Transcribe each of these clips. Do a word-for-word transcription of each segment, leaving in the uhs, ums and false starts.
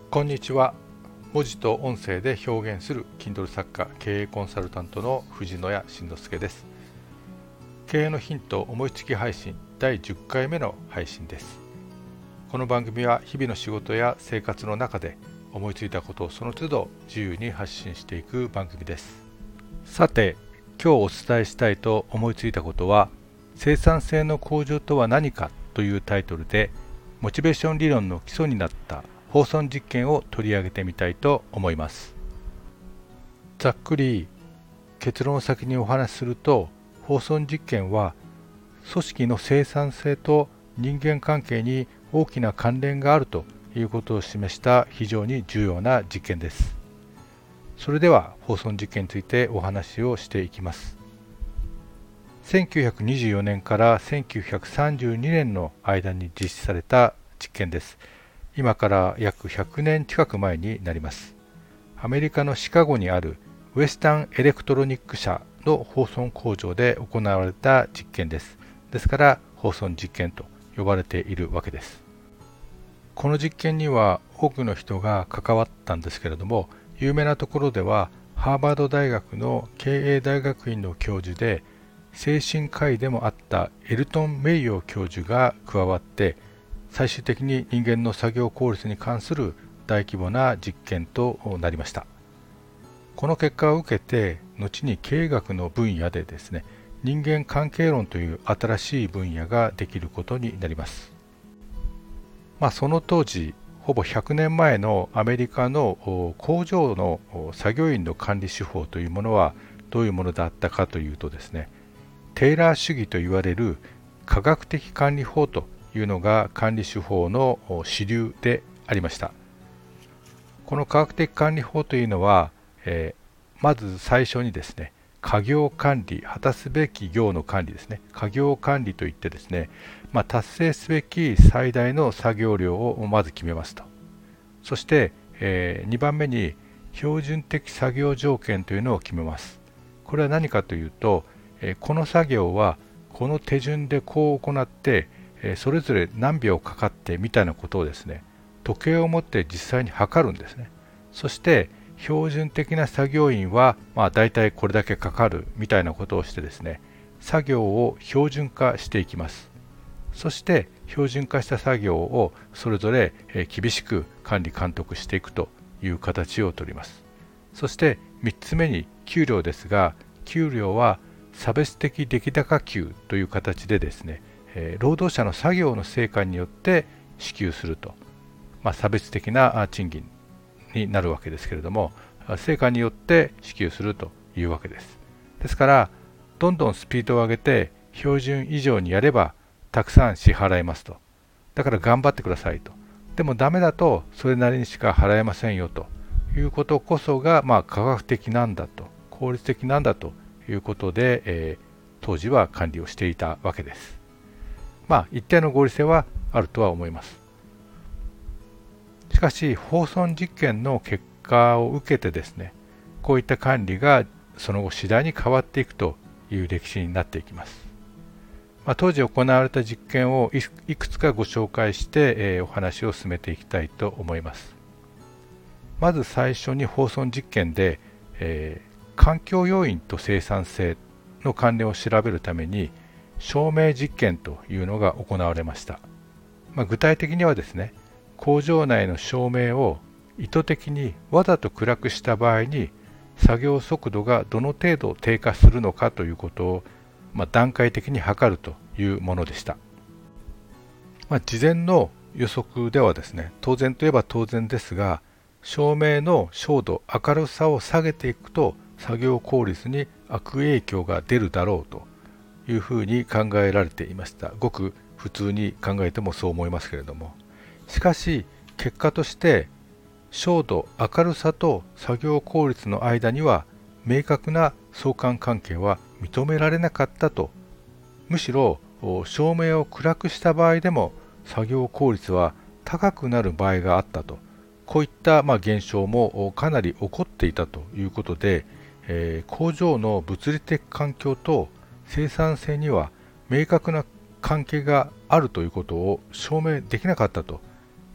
こんにちは。文字と音声で表現する Kindle 作家、経営コンサルタントの藤野谷慎之介です。経営のヒント思いつき配信だいじゅっかいめの配信です。この番組は日々の仕事や生活の中で思いついたことをその都度自由に発信していく番組です。さて、今日お伝えしたいと思いついたことは、生産性の向上とは何かというタイトルで、モチベーション理論の基礎になった放送実験を取り上げてみたいと思います。ざっくり結論を先にお話しすると、放送実験は組織の生産性と人間関係に大きな関連があるということを示した非常に重要な実験です。それでは放送実験についてお話をしていきます。せんきゅうひゃくにじゅうよねんからせんきゅうひゃくさんじゅうにねんの間に実施された実験です。今から約ひゃくねん近く前になります。アメリカのシカゴにあるウェスタンエレクトロニック社の放送工場で行われた実験です。ですから放送実験と呼ばれているわけです。この実験には多くの人が関わったんですけれども、有名なところではハーバード大学の経営大学院の教授で精神科医でもあったエルトン・メイヨー教授が加わって、最終的に人間の作業効率に関する大規模な実験となりました。この結果を受けて、後に経営学の分野でですね、人間関係論という新しい分野ができることになります。まあ、その当時、ほぼひゃくねんまえのアメリカの工場の作業員の管理手法というものはどういうものだったかというとですね、テイラー主義といわれる科学的管理法というのが管理手法の主流でありました。この科学的管理法というのは、えー、まず最初にですね、作業管理、果たすべき業の管理ですね、作業管理といってですね、まあ、達成すべき最大の作業量をまず決めますと。そして、えー、にばんめに標準的作業条件というのを決めます。これは何かというと、えー、この作業はこの手順でこう行って、それぞれ何秒かかってみたいなことをですね、時計を持って実際に測るんですね。そして標準的な作業員はまあ大体これだけかかるみたいなことをしてですね、作業を標準化していきます。そして標準化した作業をそれぞれ厳しく管理監督していくという形をとります。そしてみっつめに給料ですが、給料は差別的出来高給という形でですね、労働者の作業の成果によって支給すると、まあ、差別的な賃金になるわけですけれども、成果によって支給するというわけです。ですからどんどんスピードを上げて標準以上にやればたくさん支払えますと。だから頑張ってくださいと。でもダメだとそれなりにしか払えませんよということこそが、まあ、科学的なんだと、効率的なんだということで、えー、当時は管理をしていたわけです。まあ、一定の合理性はあるとは思います。しかし、放送実験の結果を受けてですね、こういった管理がその後次第に変わっていくという歴史になっていきます。まあ、当時行われた実験をいくつかご紹介して、えー、お話を進めていきたいと思います。まず最初に放送実験で、えー、環境要因と生産性の関連を調べるために証明実験というのが行われました。まあ、具体的にはですね、工場内の照明を意図的にわざと暗くした場合に作業速度がどの程度低下するのかということを、まあ、段階的に測るというものでした。まあ、事前の予測ではですね、当然といえば当然ですが、照明の照度、明るさを下げていくと作業効率に悪影響が出るだろうというふうに考えられていました。ごく普通に考えてもそう思いますけれども、しかし結果として照度、明るさと作業効率の間には明確な相関関係は認められなかったと。むしろ照明を暗くした場合でも作業効率は高くなる場合があったと。こういったまあ現象もかなり起こっていたということで、えー、工場の物理的環境と生産性には明確な関係があるということを証明できなかったと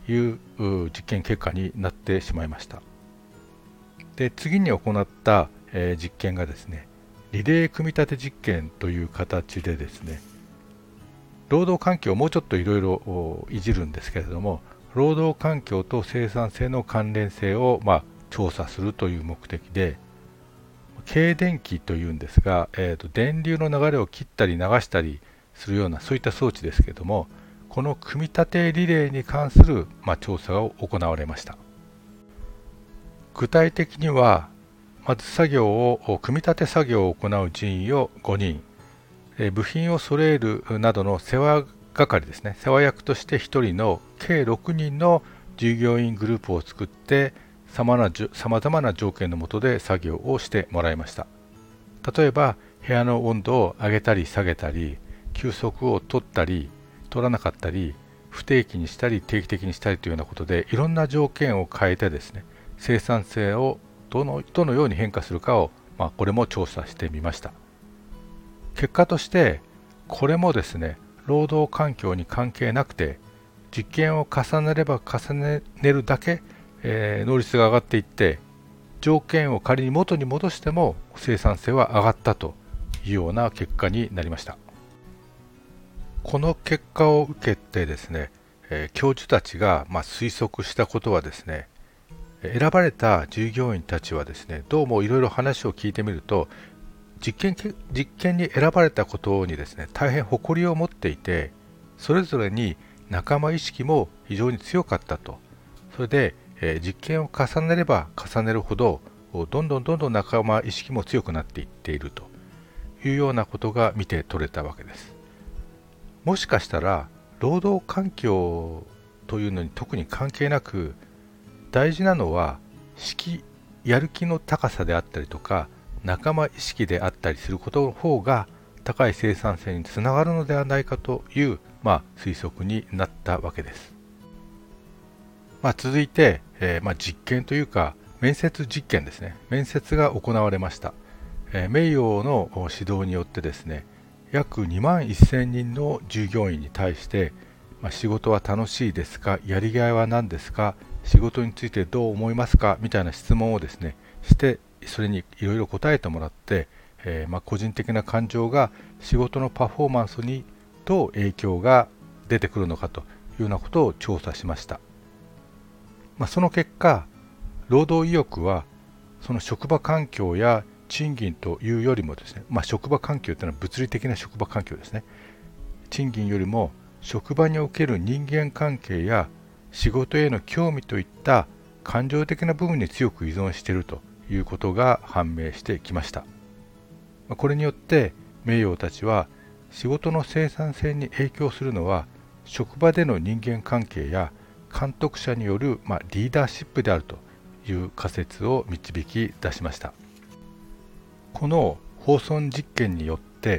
いう実験結果になってしまいました。で、次に行った、えー、実験がですね、リレー組み立て実験という形でですね、労働環境をもうちょっといろいろいじるんですけれども、労働環境と生産性の関連性を、まあ、調査するという目的で、経電気というんですが、えーと、電流の流れを切ったり流したりするようなそういった装置ですけれども、この組み立てリレーに関する、まあ、調査が行われました。具体的には、まず作業を組み立て作業を行う人員をごにん、え部品を揃えるなどの世話係ですね、世話役としてひとりの計ろくにんの従業員グループを作ってさまざまな条件の下で作業をしてもらいました。例えば部屋の温度を上げたり下げたり、休息を取ったり取らなかったり、不定期にしたり定期的にしたりというようなことで、いろんな条件を変えてですね、生産性をどのどのように変化するかを、まあ、これも調査してみました。結果としてこれもですね、労働環境に関係なくて、実験を重ねれば重ねるだけ、えー、能率が上がっていって、条件を仮に元に戻しても生産性は上がったというような結果になりました。この結果を受けてですね、えー、教授たちが、まあ、推測したことはですね、選ばれた従業員たちはですね、どうもいろいろ話を聞いてみると、実験、実験に選ばれたことにですね、大変誇りを持っていて、それぞれに仲間意識も非常に強かったと。それで、えー、実験を重ねれば重ねるほど、どんどんどんどん仲間意識も強くなっていっているというようなことが見て取れたわけです。もしかしたら、労働環境というのに特に関係なく、大事なのは、識、やる気の高さであったりとか、仲間意識であったりすることの方が高い生産性につながるのではないかという、まあ、推測になったわけです。まあ、続いて、えーまあ、実験というか面接実験ですね。面接が行われました。えー、名誉の指導によってですね、約にまんせんにんの従業員に対して、まあ、仕事は楽しいですか、やりがいは何ですか、仕事についてどう思いますかみたいな質問をですねして、それにいろいろ答えてもらって、えーまあ、個人的な感情が仕事のパフォーマンスにどう影響が出てくるのかというようなことを調査しました。まあ、その結果、労働意欲はその職場環境や賃金というよりもですね、まあ、職場環境というのは物理的な職場環境ですね。賃金よりも職場における人間関係や仕事への興味といった感情的な部分に強く依存しているということが判明してきました。これによって名誉たちは、仕事の生産性に影響するのは職場での人間関係や監督者による、まあ、リーダーシップであるという仮説を導き出しました。この放送実験によって、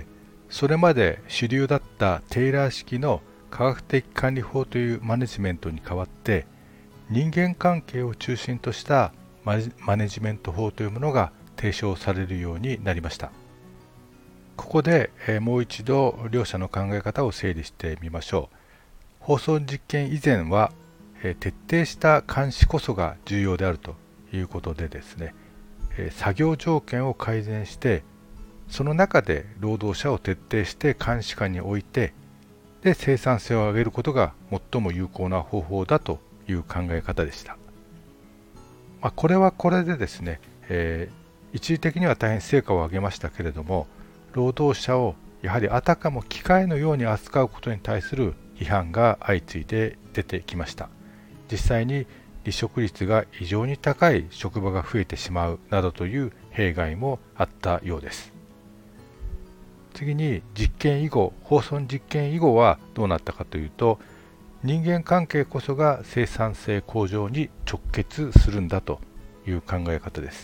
それまで主流だったテイラー式の科学的管理法というマネジメントに代わって、人間関係を中心としたマネジメント法というものが提唱されるようになりました。ここでもう一度両者の考え方を整理してみましょう。放送実験以前は徹底した監視こそが重要であるということでですね、作業条件を改善して、その中で労働者を徹底して監視下に置いて、で生産性を上げることが最も有効な方法だという考え方でした。まあ、これはこれでですね、えー、一時的には大変成果を上げましたけれども、労働者をやはりあたかも機械のように扱うことに対する批判が相次いで出てきました。実際に離職率が異常に高い職場が増えてしまうなどという弊害もあったようです。次に実験以後、放送実験以後はどうなったかというと、人間関係こそが生産性向上に直結するんだという考え方です。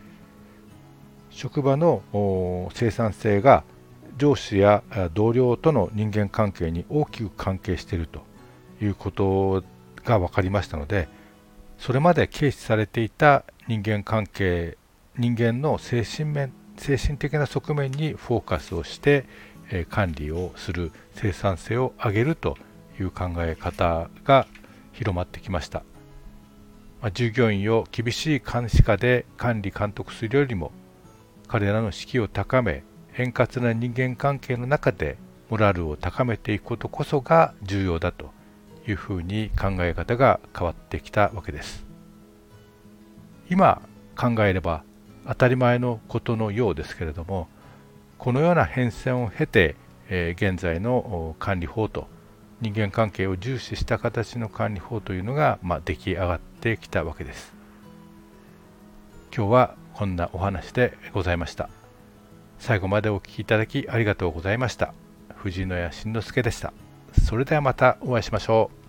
職場の生産性が上司や同僚との人間関係に大きく関係しているということが分かりましたので、それまで軽視されていた人間関係、人間の精神面、精神的な側面にフォーカスをして管理をする、生産性を上げるという考え方が広まってきました。まあ、従業員を厳しい監視下で管理監督するよりも、彼らの士気を高め、円滑な人間関係の中でモラルを高めていくことこそが重要だというふうに考え方が変わってきたわけです。今考えれば当たり前のことのようですけれども、このような変遷を経て、えー、現在の管理法と人間関係を重視した形の管理法というのが、まあ、出来上がってきたわけです。今日はこんなお話でございました。最後までお聞きいただきありがとうございました。藤野谷慎之介でした。それではまたお会いしましょう。